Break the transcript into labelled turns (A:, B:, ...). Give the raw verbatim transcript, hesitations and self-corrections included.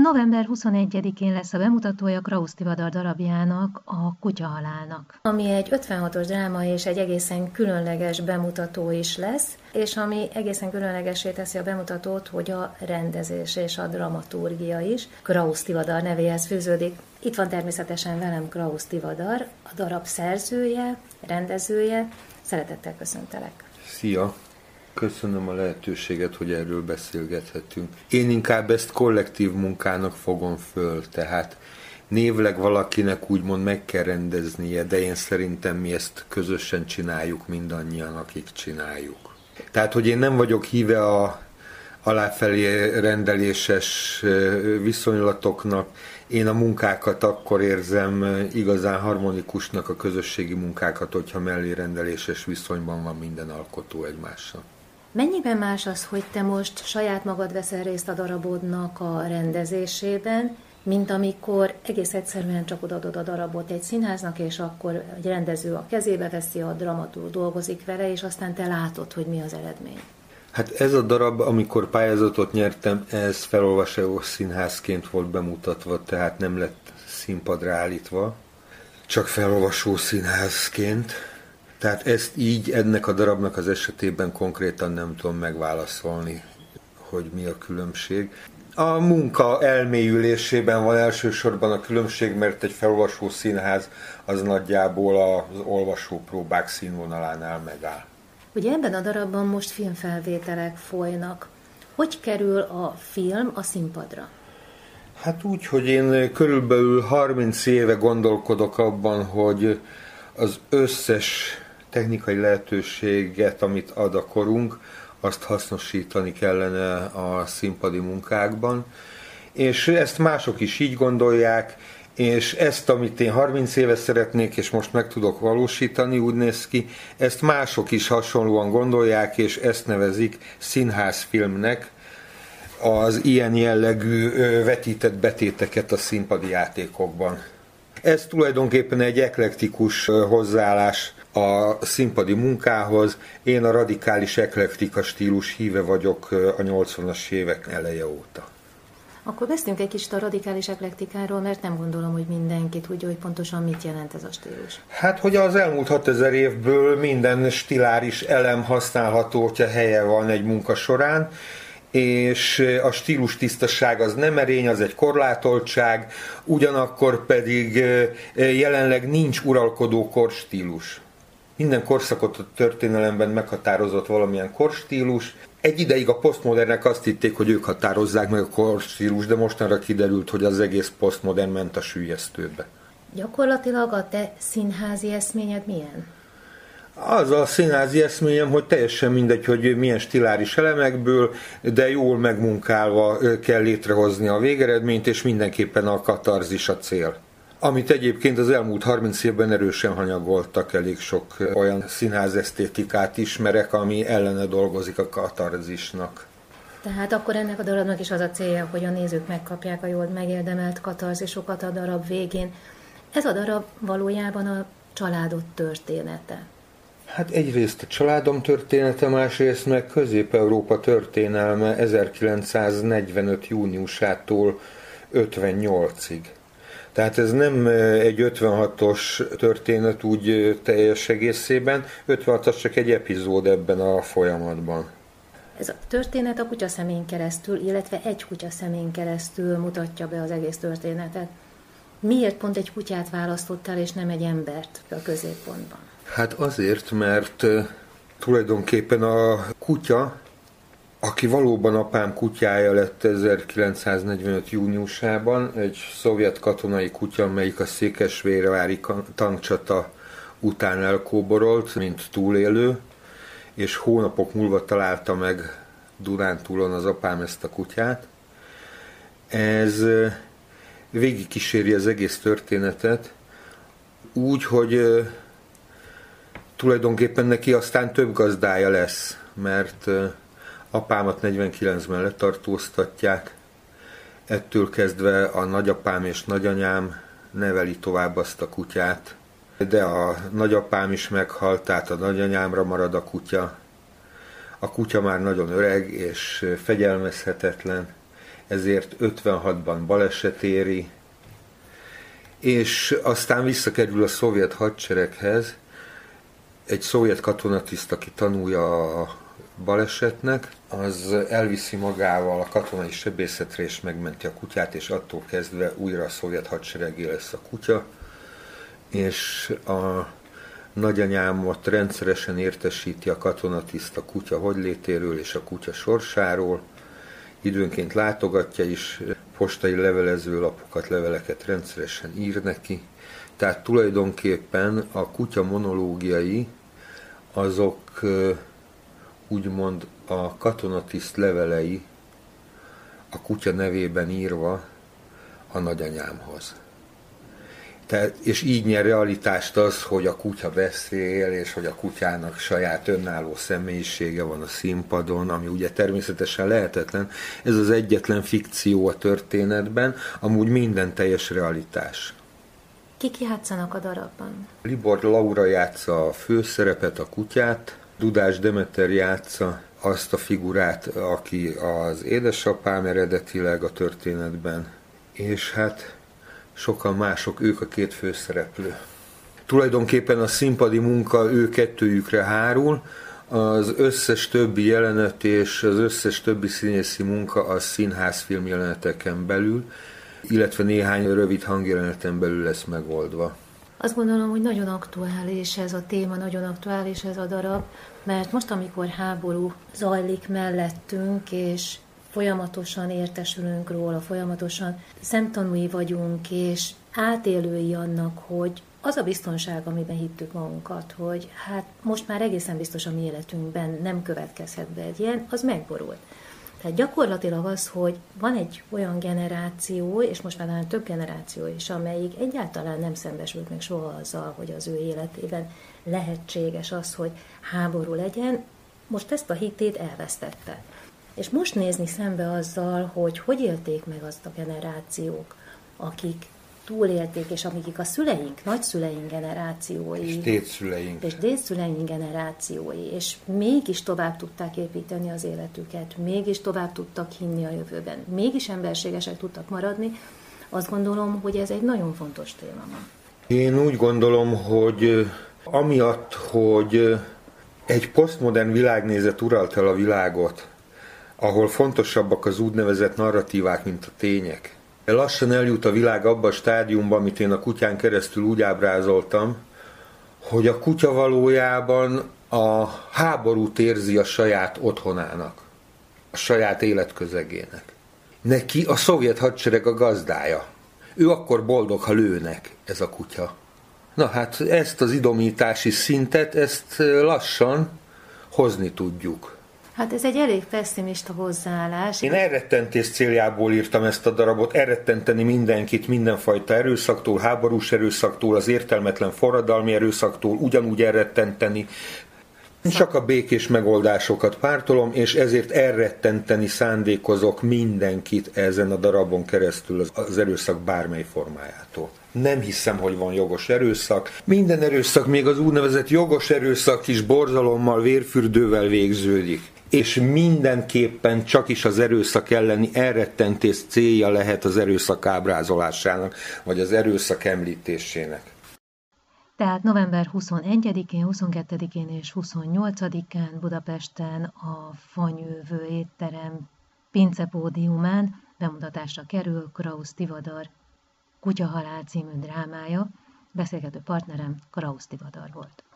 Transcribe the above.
A: november huszonegyedikén lesz a bemutatója Krausz Tivadar darabjának, a Kutyahalálnak. Ami egy ötvenhatos dráma és egy egészen különleges bemutató is lesz, és ami egészen különlegessé teszi a bemutatót, hogy a rendezés és a dramaturgia is Krausz Tivadar nevéhez fűződik. Itt van természetesen velem Krausz Tivadar, a darab szerzője, rendezője. Szeretettel köszöntelek.
B: Szia! Köszönöm a lehetőséget, hogy erről beszélgethetünk. Én inkább ezt kollektív munkának fogom föl, tehát névleg valakinek úgymond meg kell rendeznie, de én szerintem mi ezt közösen csináljuk mindannyian, akik csináljuk. Tehát, hogy én nem vagyok híve a aláfelé rendeléses viszonylatoknak, én a munkákat akkor érzem igazán harmonikusnak, a közösségi munkákat, hogyha mellé rendeléses viszonyban van minden alkotó egymással.
A: Mennyiben más az, hogy te most saját magad veszel részt a darabodnak a rendezésében, mint amikor egész egyszerűen csak odaadod a darabot egy színháznak, és akkor egy rendező a kezébe veszi, a dramaturg dolgozik vele, és aztán te látod, hogy mi az eredmény.
B: Hát ez a darab, amikor pályázatot nyertem, ez felolvasó színházként volt bemutatva, tehát nem lett színpadra állítva, csak felolvasó színházként. Tehát ezt így, ennek a darabnak az esetében konkrétan nem tudom megválaszolni, hogy mi a különbség. A munka elmélyülésében van elsősorban a különbség, mert egy felolvasó színház az nagyjából az olvasópróbák színvonalánál megáll.
A: Ugye ebben a darabban most filmfelvételek folynak. Hogy kerül a film a színpadra?
B: Hát úgy, hogy én körülbelül harminc éve gondolkodok abban, hogy az összes technikai lehetőséget, amit ad a korunk, azt hasznosítani kellene a színpadi munkákban. És ezt mások is így gondolják, és ezt, amit én harminc éve szeretnék, és most meg tudok valósítani, úgy néz ki, ezt mások is hasonlóan gondolják, és ezt nevezik színházfilmnek, az ilyen jellegű vetített betéteket a színpadi játékokban. Ez tulajdonképpen egy eklektikus hozzáállás a színpadi munkához. Én a radikális eklektika stílus híve vagyok a nyolcvanas évek eleje óta.
A: Akkor beszéljünk egy kicsit a radikális eklektikáról, mert nem gondolom, hogy mindenki tudja, hogy pontosan mit jelent ez a stílus.
B: Hát, hogy az elmúlt hatezer évből minden stiláris elem használható, hogyha helye van egy munka során, és a stílus tisztaság az nem erény, az egy korlátoltság, ugyanakkor pedig jelenleg nincs uralkodó korstílus. Minden korszakot a történelemben meghatározott valamilyen korstílus. Egy ideig a posztmodernek azt hitték, hogy ők határozzák meg a korstílus, de mostanra kiderült, hogy az egész posztmodern ment a süllyesztőbe.
A: Gyakorlatilag a te színházi eszményed milyen?
B: Az a színházi eszményem, hogy teljesen mindegy, hogy milyen stiláris elemekből, de jól megmunkálva kell létrehozni a végeredményt, és mindenképpen a katarzis a cél. Amit egyébként az elmúlt harminc évben erősen hanyagoltak, elég sok olyan színházesztétikát ismerek, ami ellene dolgozik a katarzisnak.
A: Tehát akkor ennek a darabnak is az a célja, hogy a nézők megkapják a jól megérdemelt katarzisokat a darab végén. Ez a darab valójában a családod története.
B: Hát egyrészt a családom története, másrészt meg Közép-Európa történelme ezerkilencszáznegyvenöt júniusától ötvennyolcig. Tehát ez nem egy ötvenhatos történet úgy teljes egészében, ötvenhat az csak egy epizód ebben a folyamatban.
A: Ez a történet a kutya szemén keresztül, illetve egy kutya szemén keresztül mutatja be az egész történetet. Miért pont egy kutyát választottál, és nem egy embert a középpontban?
B: Hát azért, mert tulajdonképpen a kutya, aki valóban apám kutyája lett ezerkilencszáznegyvenöt júniusában, egy szovjet katonai kutya, amelyik a székesfehérvári tankcsata után elkóborolt, mint túlélő, és hónapok múlva találta meg Dunántúlon az apám ezt a kutyát. Ez végigkíséri az egész történetet, úgy, hogy tulajdonképpen neki aztán több gazdája lesz, mert apámat negyvenkilencben letartóztatják, ettől kezdve a nagyapám és nagyanyám neveli tovább azt a kutyát, de a nagyapám is meghalt, tehát a nagyanyámra marad a kutya. A kutya már nagyon öreg és fegyelmezhetetlen, ezért ötvenhatban baleset éri, és aztán visszakerül a szovjet hadsereghez, egy szovjet katonatiszt, aki tanulja a balesetnek, az elviszi magával a katonai sebészetre, és megmenti a kutyát, és attól kezdve újra a szovjet hadseregé lesz a kutya, és a nagyanyámot rendszeresen értesíti a katonatiszt a kutya hogylétéről és a kutya sorsáról, időnként látogatja is, postai levelezőlapokat, leveleket rendszeresen ír neki, tehát tulajdonképpen a kutya monológiai azok úgymond a katonatiszt levelei a kutya nevében írva a nagyanyámhoz. Tehát, és így nyer realitást az, hogy a kutya beszél, és hogy a kutyának saját önálló személyisége van a színpadon, ami ugye természetesen lehetetlen. Ez az egyetlen fikció a történetben, amúgy minden teljes realitás.
A: Kik játszanak a darabban?
B: Libor Laura játsza a főszerepet, a kutyát, Dudás Demeter játsza azt a figurát, aki az édesapám eredetileg a történetben, és hát sokan mások, ők a két főszereplő. Tulajdonképpen a színpadi munka ő kettőjükre hárul, az összes többi jelenet és az összes többi színészi munka a színházfilm jeleneteken belül, illetve néhány rövid hangjeleneten belül lesz megoldva.
A: Azt gondolom, hogy nagyon aktuális ez a téma, nagyon aktuális ez a darab, mert most, amikor háború zajlik mellettünk, és folyamatosan értesülünk róla, folyamatosan szemtanúi vagyunk, és átélői annak, hogy az a biztonság, amiben hittük magunkat, hogy hát most már egészen biztos a mi életünkben nem következhet be egy ilyen, az megborult. Tehát gyakorlatilag az, hogy van egy olyan generáció, és most már több generáció is, amelyik egyáltalán nem szembesült meg soha azzal, hogy az ő életében lehetséges az, hogy háború legyen, most ezt a hitét elvesztette. És most nézni szembe azzal, hogy hogy élték meg azt a generációk, akik túlélték, és akik a szüleink, nagyszüleink generációi,
B: és dédszüleink,
A: és dédszüleink generációi, és mégis tovább tudták építeni az életüket, mégis tovább tudtak hinni a jövőben, mégis emberségesek tudtak maradni, azt gondolom, hogy ez egy nagyon fontos téma.
B: Én úgy gondolom, hogy amiatt, hogy egy posztmodern világnézet uralt el a világot, ahol fontosabbak az úgynevezett narratívák, mint a tények. Lassan eljut a világ abba a stádiumba, amit én a kutyán keresztül úgy ábrázoltam, hogy a kutya valójában a háborút érzi a saját otthonának, a saját életközegének. Neki a szovjet hadsereg a gazdája. Ő akkor boldog, ha lőnek, ez a kutya. Na hát ezt az idomítási szintet, ezt lassan hozni tudjuk.
A: Hát ez egy elég pesszimista hozzáállás.
B: Én elrettentés céljából írtam ezt a darabot, elrettenteni mindenkit mindenfajta erőszaktól, háborús erőszaktól, az értelmetlen forradalmi erőszaktól, ugyanúgy elrettenteni. Csak a békés megoldásokat pártolom, és ezért elrettenteni szándékozok mindenkit ezen a darabon keresztül az erőszak bármely formájától. Nem hiszem, hogy van jogos erőszak. Minden erőszak, még az úgynevezett jogos erőszak is borzalommal, vérfürdővel végződik. És mindenképpen csak is az erőszak elleni elrettentés célja lehet az erőszak ábrázolásának, vagy az erőszak említésének.
A: Tehát november huszonegyedikén, huszonkettedikén és huszonnyolcadikán Budapesten a Fanyővő étterem pincepódiumán bemutatásra kerül Krausz Tivadar Kutyahalál című drámája. Beszélgető partnerem Krausz Tivadar volt.